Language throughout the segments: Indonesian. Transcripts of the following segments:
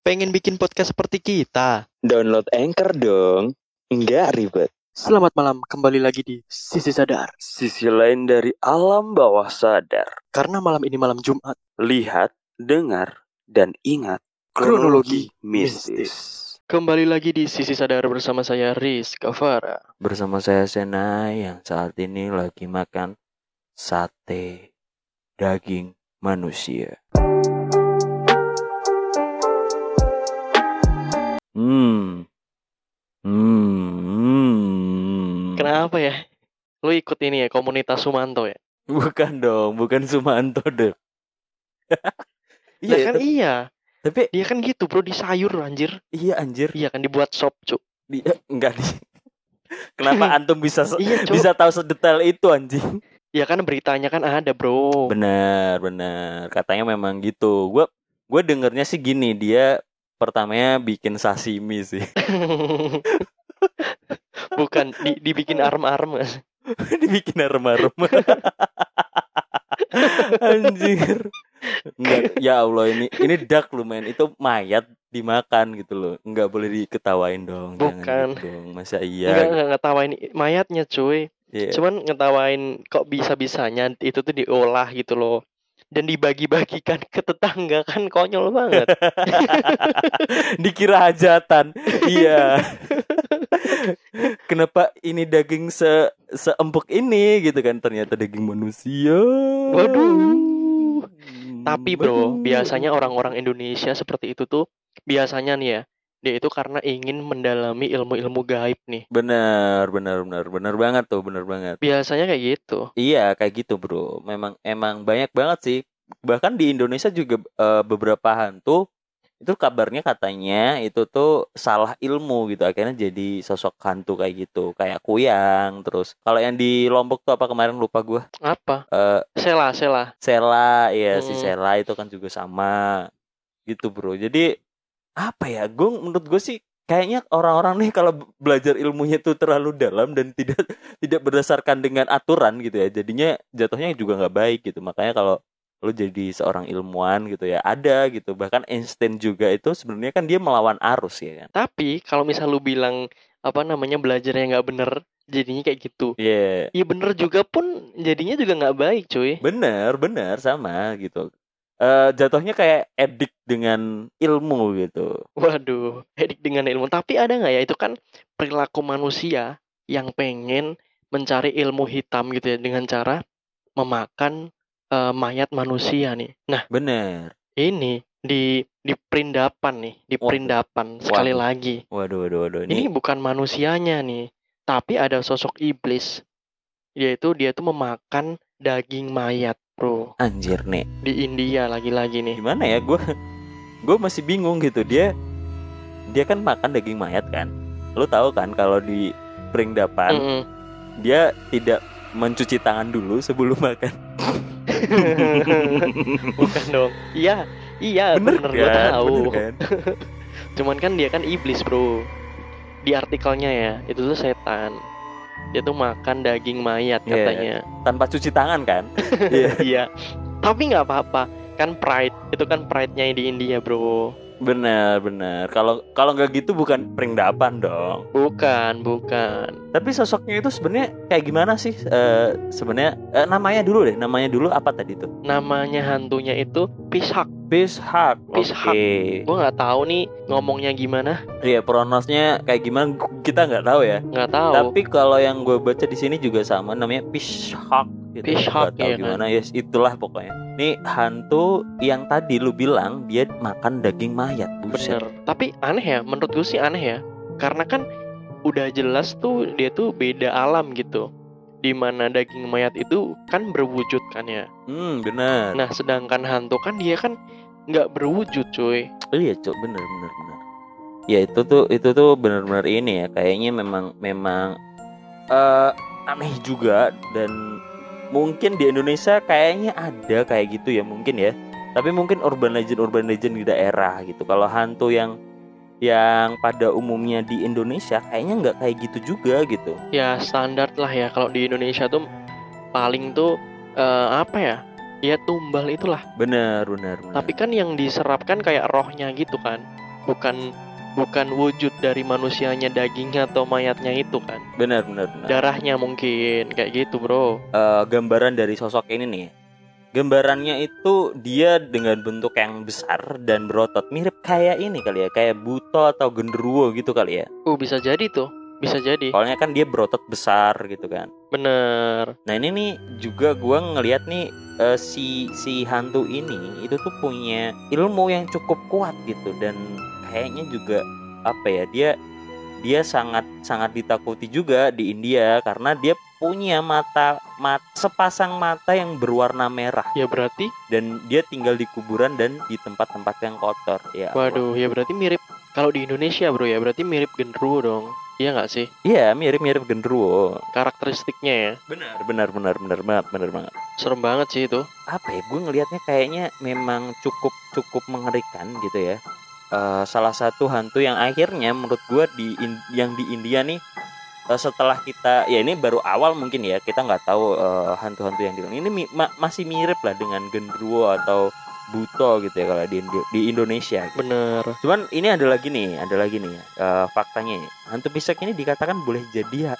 Pengen bikin podcast seperti kita? Download Anchor dong. Nggak ribet. Selamat malam, kembali lagi di Sisi Sadar. Sisi lain dari alam bawah sadar. Karena malam ini malam Jumat. Lihat, dengar, dan ingat Kronologi mistis. Kembali lagi di Sisi Sadar bersama saya Riz Kavara. Bersama saya Sena yang saat ini lagi makan sate daging manusia. Kenapa ya? Lu ikut ini ya, komunitas Sumanto ya? Bukan dong, bukan Sumanto deh. Iya kan tapi, iya. Tapi dia kan gitu bro, di sayur anjir. Iya anjir. Iya kan dibuat sop cuk. Enggak di. Kenapa antum bisa iya, bisa tahu sedetail itu anjing? Ya kan beritanya kan ada bro. Benar. Katanya memang gitu. Gue dengernya sih gini, dia pertamanya bikin sashimi sih. Bukan dibikin arem-arem mas. Dibikin arem-arem. Anjir. Enggak, ya Allah, ini dark lu men. Itu mayat dimakan gitu loh. Enggak boleh diketawain dong. Bukan. Jangan gitu dong. Masa iya? Enggak ngetawain mayatnya cuy. Yeah. Cuman ngetawain kok bisa-bisanya itu tuh diolah gitu loh. Dan dibagi-bagikan ke tetangga, kan konyol banget. Dikira hajatan. Iya. Kenapa ini daging seempuk ini gitu kan, ternyata daging manusia. Waduh. Tapi bro, biasanya orang-orang Indonesia seperti itu tuh biasanya nih ya, dia itu karena ingin mendalami ilmu-ilmu gaib nih. Benar banget tuh, benar banget. Biasanya kayak gitu. Iya, kayak gitu bro. Emang banyak banget sih. Bahkan di Indonesia juga beberapa hantu itu kabarnya katanya itu tuh salah ilmu gitu, akhirnya jadi sosok hantu kayak gitu, kayak kuyang. Terus kalau yang di Lombok tuh apa kemarin, lupa gue. Apa? Sela ya. Si Sela itu kan juga sama gitu bro. Jadi apa ya, menurut gue sih kayaknya orang-orang nih kalau belajar ilmunya tuh terlalu dalam dan tidak berdasarkan dengan aturan gitu ya, jadinya jatuhnya juga nggak baik gitu. Makanya kalau lu jadi seorang ilmuwan gitu ya, ada gitu. Bahkan Einstein juga itu sebenarnya kan dia melawan arus ya kan. Tapi kalau misal lu bilang belajarnya nggak bener, jadinya kayak gitu. Iya. Iya bener juga pun jadinya juga nggak baik cuy. Bener sama gitu. Jatuhnya kayak edik dengan ilmu gitu. Waduh, edik dengan ilmu. Tapi ada nggak ya, itu kan perilaku manusia yang pengen mencari ilmu hitam gitu ya, dengan cara memakan mayat manusia nih. Nah, Bener. ini di perindapan nih, di perindapan sekali lagi. Waduh. Ini bukan manusianya nih, tapi ada sosok iblis. Yaitu dia tuh memakan daging mayat, bro. Anjir nih. Di India lagi-lagi nih. Gimana ya, gue masih bingung gitu. Dia kan makan daging mayat kan. Lu tahu kan kalau di perindapan dia tidak mencuci tangan dulu sebelum makan. Bukan dong. Iya bener kan? gue tahu. Bener kan? Cuman kan dia kan iblis bro. Di artikelnya ya, itu tuh setan. Dia tuh makan daging mayat katanya. Tanpa cuci tangan kan? Iya. Tapi nggak apa-apa. Kan pride, itu kan pride-nya di India bro. Benar. Kalau nggak gitu bukan perindapan dong. Bukan. Tapi sosoknya itu sebenarnya kayak gimana sih? Sebenarnya namanya dulu apa tadi tuh? Namanya hantunya itu Pishak. Oke. Gue nggak tahu nih ngomongnya gimana. Iya, pronosnya kayak gimana kita nggak tahu ya. Nggak tahu. Tapi kalau yang gue baca di sini juga sama, namanya Pishak. Gitu. Pishak ya gimana kan? Yes, itulah pokoknya. Nih hantu yang tadi lu bilang dia makan daging mayat. Buset. Bener. Tapi aneh ya, menurut gue sih aneh ya. Karena kan udah jelas tuh dia tuh beda alam gitu. Dimana daging mayat itu kan berwujud kan ya. Benar. Nah sedangkan hantu kan dia kan nggak berwujud cuy. Iya cuy, bener. Ya itu tuh benar-benar ini ya. Kayaknya memang aneh juga. Dan mungkin di Indonesia kayaknya ada kayak gitu ya mungkin ya. Tapi mungkin urban legend di daerah gitu. Kalau hantu yang pada umumnya di Indonesia kayaknya nggak kayak gitu juga gitu. Ya standar lah ya, kalau di Indonesia tuh paling tuh apa ya? Ya tumbal itulah. Benar. Tapi kan yang diserapkan kayak rohnya gitu kan. bukan wujud dari manusianya, dagingnya atau mayatnya itu kan. Benar. Darahnya mungkin kayak gitu, bro. Gambaran dari sosok ini nih. Gambarannya itu dia dengan bentuk yang besar dan berotot, mirip kayak ini kali ya, kayak buto atau genderuwo gitu kali ya. Bisa jadi tuh, bisa jadi. Soalnya kan dia berotot besar gitu kan. Bener. Nah ini nih juga gua ngelihat nih si hantu ini itu tuh punya ilmu yang cukup kuat gitu, dan kayaknya juga apa ya, dia sangat ditakuti juga di India karena dia punya sepasang mata yang berwarna merah. Ya berarti, dan dia tinggal di kuburan dan di tempat-tempat yang kotor. Ya. waduh, ya berarti mirip kalau di Indonesia, bro, ya berarti mirip genderuwo dong. Iya nggak sih? Iya, mirip genderuwo. Karakteristiknya ya. Benar banget. Serem banget sih itu. Apa ya? Gue ngelihatnya kayaknya memang cukup mengerikan gitu ya. Salah satu hantu yang akhirnya menurut gue yang di India nih, setelah kita, ya ini baru awal mungkin ya, kita nggak tahu hantu-hantu yang ini masih mirip lah dengan genderuwo atau buto gitu ya kalau di Indonesia gitu. Bener. Cuman ini ada lagi nih faktanya. Hantu pisek ini dikatakan boleh jadi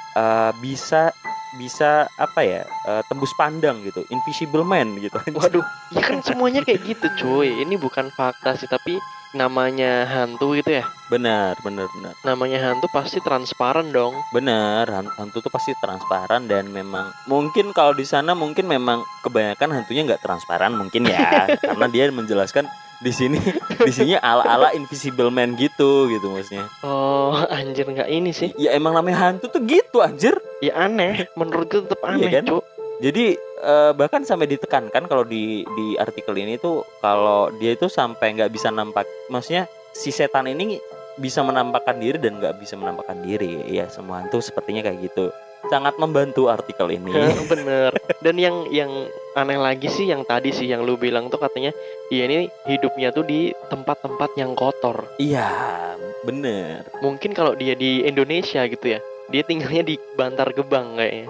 bisa apa ya, tembus pandang gitu, invisible man gitu. Waduh, ya kan semuanya kayak gitu cuy. Ini bukan fakta sih, tapi namanya hantu gitu ya. Benar. Namanya hantu pasti transparan dong. Benar, hantu tuh pasti transparan, dan memang mungkin kalau di sana mungkin memang kebanyakan hantunya nggak transparan mungkin ya, karena dia menjelaskan di sini ala invisible man gitu maksudnya. Oh, anjir, nggak ini sih. Ya emang namanya hantu tuh gitu anjir. Ya aneh, menurutku tetap aneh, Iya kan? Cuk. Jadi bahkan sampai ditekankan kalau di artikel ini tuh, kalau dia itu sampai nggak bisa nampak, maksudnya si setan ini bisa menampakkan diri dan nggak bisa menampakkan diri. Ya semua hantu sepertinya kayak gitu. Sangat membantu artikel ini. Bener. Dan yang aneh lagi sih yang tadi sih yang lu bilang tuh, katanya dia ini hidupnya tuh di tempat-tempat yang kotor. Iya, bener. Mungkin kalau dia di Indonesia gitu ya, dia tinggalnya di Bantar Gebang kayaknya.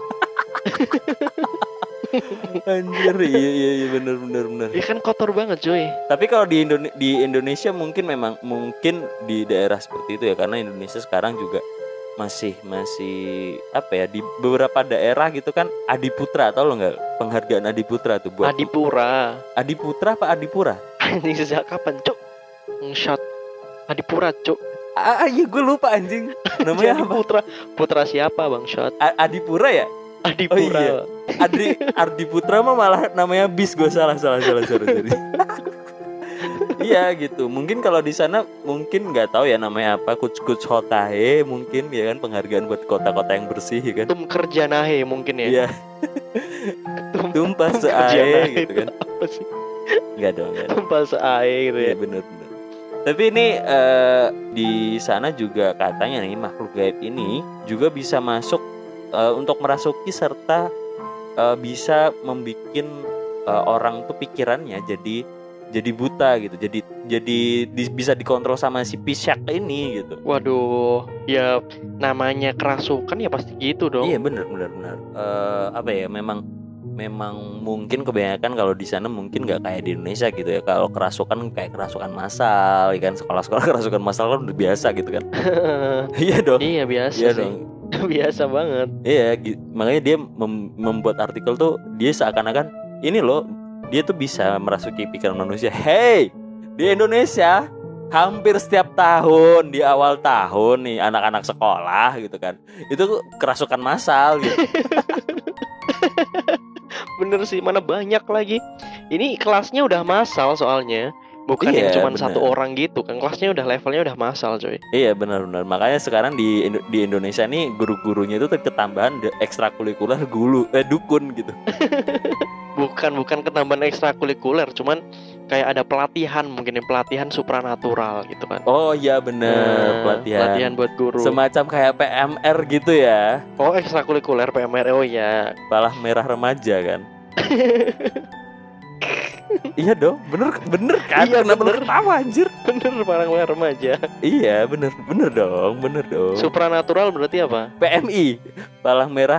Anjir, iya bener. Ya kan kotor banget cuy. Tapi kalau di Indonesia mungkin di daerah seperti itu ya, karena Indonesia sekarang juga masih apa ya, di beberapa daerah gitu kan. Adiputra, tau lo nggak penghargaan Adiputra tuh buat Adipura. Adiputra apa Adipura? Anjing, sejak kapan cuk nge-shot Adipura cuk? Iya gue lupa anjing. Namanya apa? Putra siapa bang shot? Adipura ya? Adipura. Oh iya. Ardiputra mah malah namanya bis, gue salah. Iya gitu. Mungkin kalau di sana mungkin nggak tahu ya namanya apa, kuc hotahe mungkin ya kan, penghargaan buat kota-kota yang bersih ya kan. Tum kerjanahe mungkin ya. Iya. Tumpah seae gitu kan. Apa sih? Enggak dong. Tumpah seae gitu ya. Iya benar. Tapi ini di sana juga katanya nih, makhluk gaib ini juga bisa masuk untuk merasuki serta bisa membikin orang tuh pikirannya jadi buta gitu. Jadi bisa dikontrol sama si pisyak ini gitu. Waduh, ya namanya kerasukan ya pasti gitu dong. Iya benar. Apa ya, memang mungkin kebanyakan kalau di sana mungkin nggak kayak di Indonesia gitu ya. Kalau kerasukan kayak kerasukan massal, ya kan, sekolah-sekolah kerasukan massal kan udah biasa gitu kan. Iya dong. Iya biasa iya sih. Dong. Biasa banget. Iya, makanya dia membuat artikel tuh, dia seakan-akan ini loh, dia tuh bisa merasuki pikiran manusia. Hey, di Indonesia hampir setiap tahun di awal tahun nih anak-anak sekolah gitu kan, itu kerasukan massal gitu. Bener sih, mana banyak lagi. Ini kelasnya udah massal soalnya. Bukan yang cuma satu orang gitu kan, kelasnya udah levelnya udah massal coy. Iya benar. Makanya sekarang di Indonesia nih guru-gurunya itu ketambahan ekstrakurikuler dukun gitu. bukan ketambahan ekstrakurikuler, cuman kayak ada pelatihan, mungkin pelatihan supranatural gitu kan. Oh iya benar, pelatihan buat guru. Semacam kayak PMR gitu ya. Oh ekstrakurikuler PMR, oh ya. Palah merah remaja kan. Iya dong, bener kan? Iya, kenapa lu ketawa anjir? Bener, parang remaja. Iya bener dong. Supranatural berarti apa? PMI, palang merah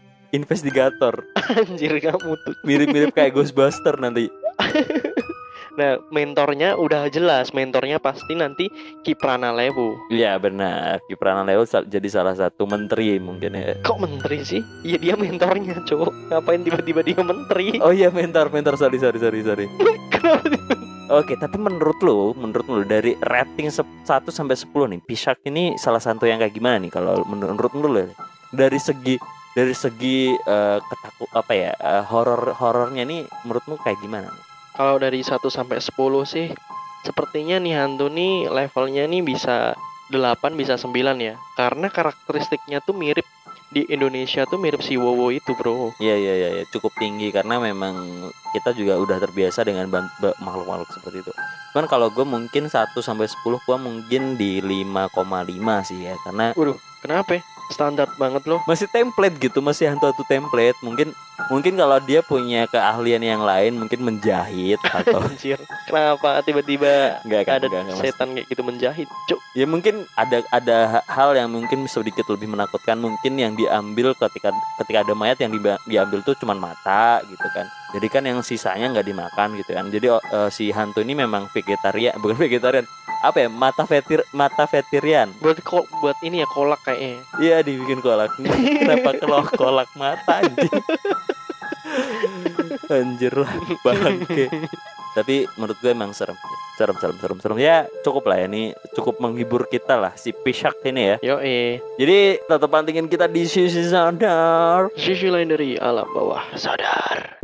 investigator. Anjir kamu tuh. Mirip-mirip kayak Ghostbuster nanti. Nah, mentornya udah jelas, mentornya pasti nanti Ki Pranalewu. Iya benar, Ki Pranalewu jadi salah satu menteri mungkin ya. Kok menteri sih? Iya dia mentornya, cowok. Ngapain tiba-tiba dia menteri? Oh iya mentor, sorry. Kenapa tiba- Oke, tapi menurut lu dari rating 1 sampai 10 nih, Pisyak ini salah satu yang kayak gimana nih kalau menurut lu? Dari segi horornya nih menurutmu kayak gimana nih? Kalau dari 1 sampai 10 sih, sepertinya nih hantu nih levelnya nih bisa 8, bisa 9 ya. Karena karakteristiknya tuh mirip di Indonesia tuh mirip si Wowo itu, bro. Iya, cukup tinggi karena memang kita juga udah terbiasa dengan makhluk-makhluk seperti itu. Cuman kalau gue mungkin 1 sampai 10 gue mungkin di 5,5 sih ya, karena Waduh, kenapa ya? Standar banget loh. masih template gitu, masih hantu-hantu template. Mungkin kalau dia punya keahlian yang lain, mungkin menjahit atau Anjir, kenapa tiba-tiba ada enggak, setan kayak gitu menjahit, cuk? ya mungkin ada hal yang mungkin sedikit lebih menakutkan, mungkin yang diambil ketika ada mayat yang diambil tuh cuman mata gitu kan. Jadi kan yang sisanya nggak dimakan gitu kan. Jadi si hantu ini memang bukan vegetarian, apa ya, mata vegetarian. Buat ini ya kolak kayaknya. Iya, dibikin kolak. Kenapa kolak mata anjing? Anjir lah, bangke. Tapi menurut gue emang serem. Ya cukup lah ya, ini cukup menghibur kita lah si Pisyak ini ya. Jadi tetap pantengin kita di Sisi Sadar, sisi lain dari alam bawah sadar.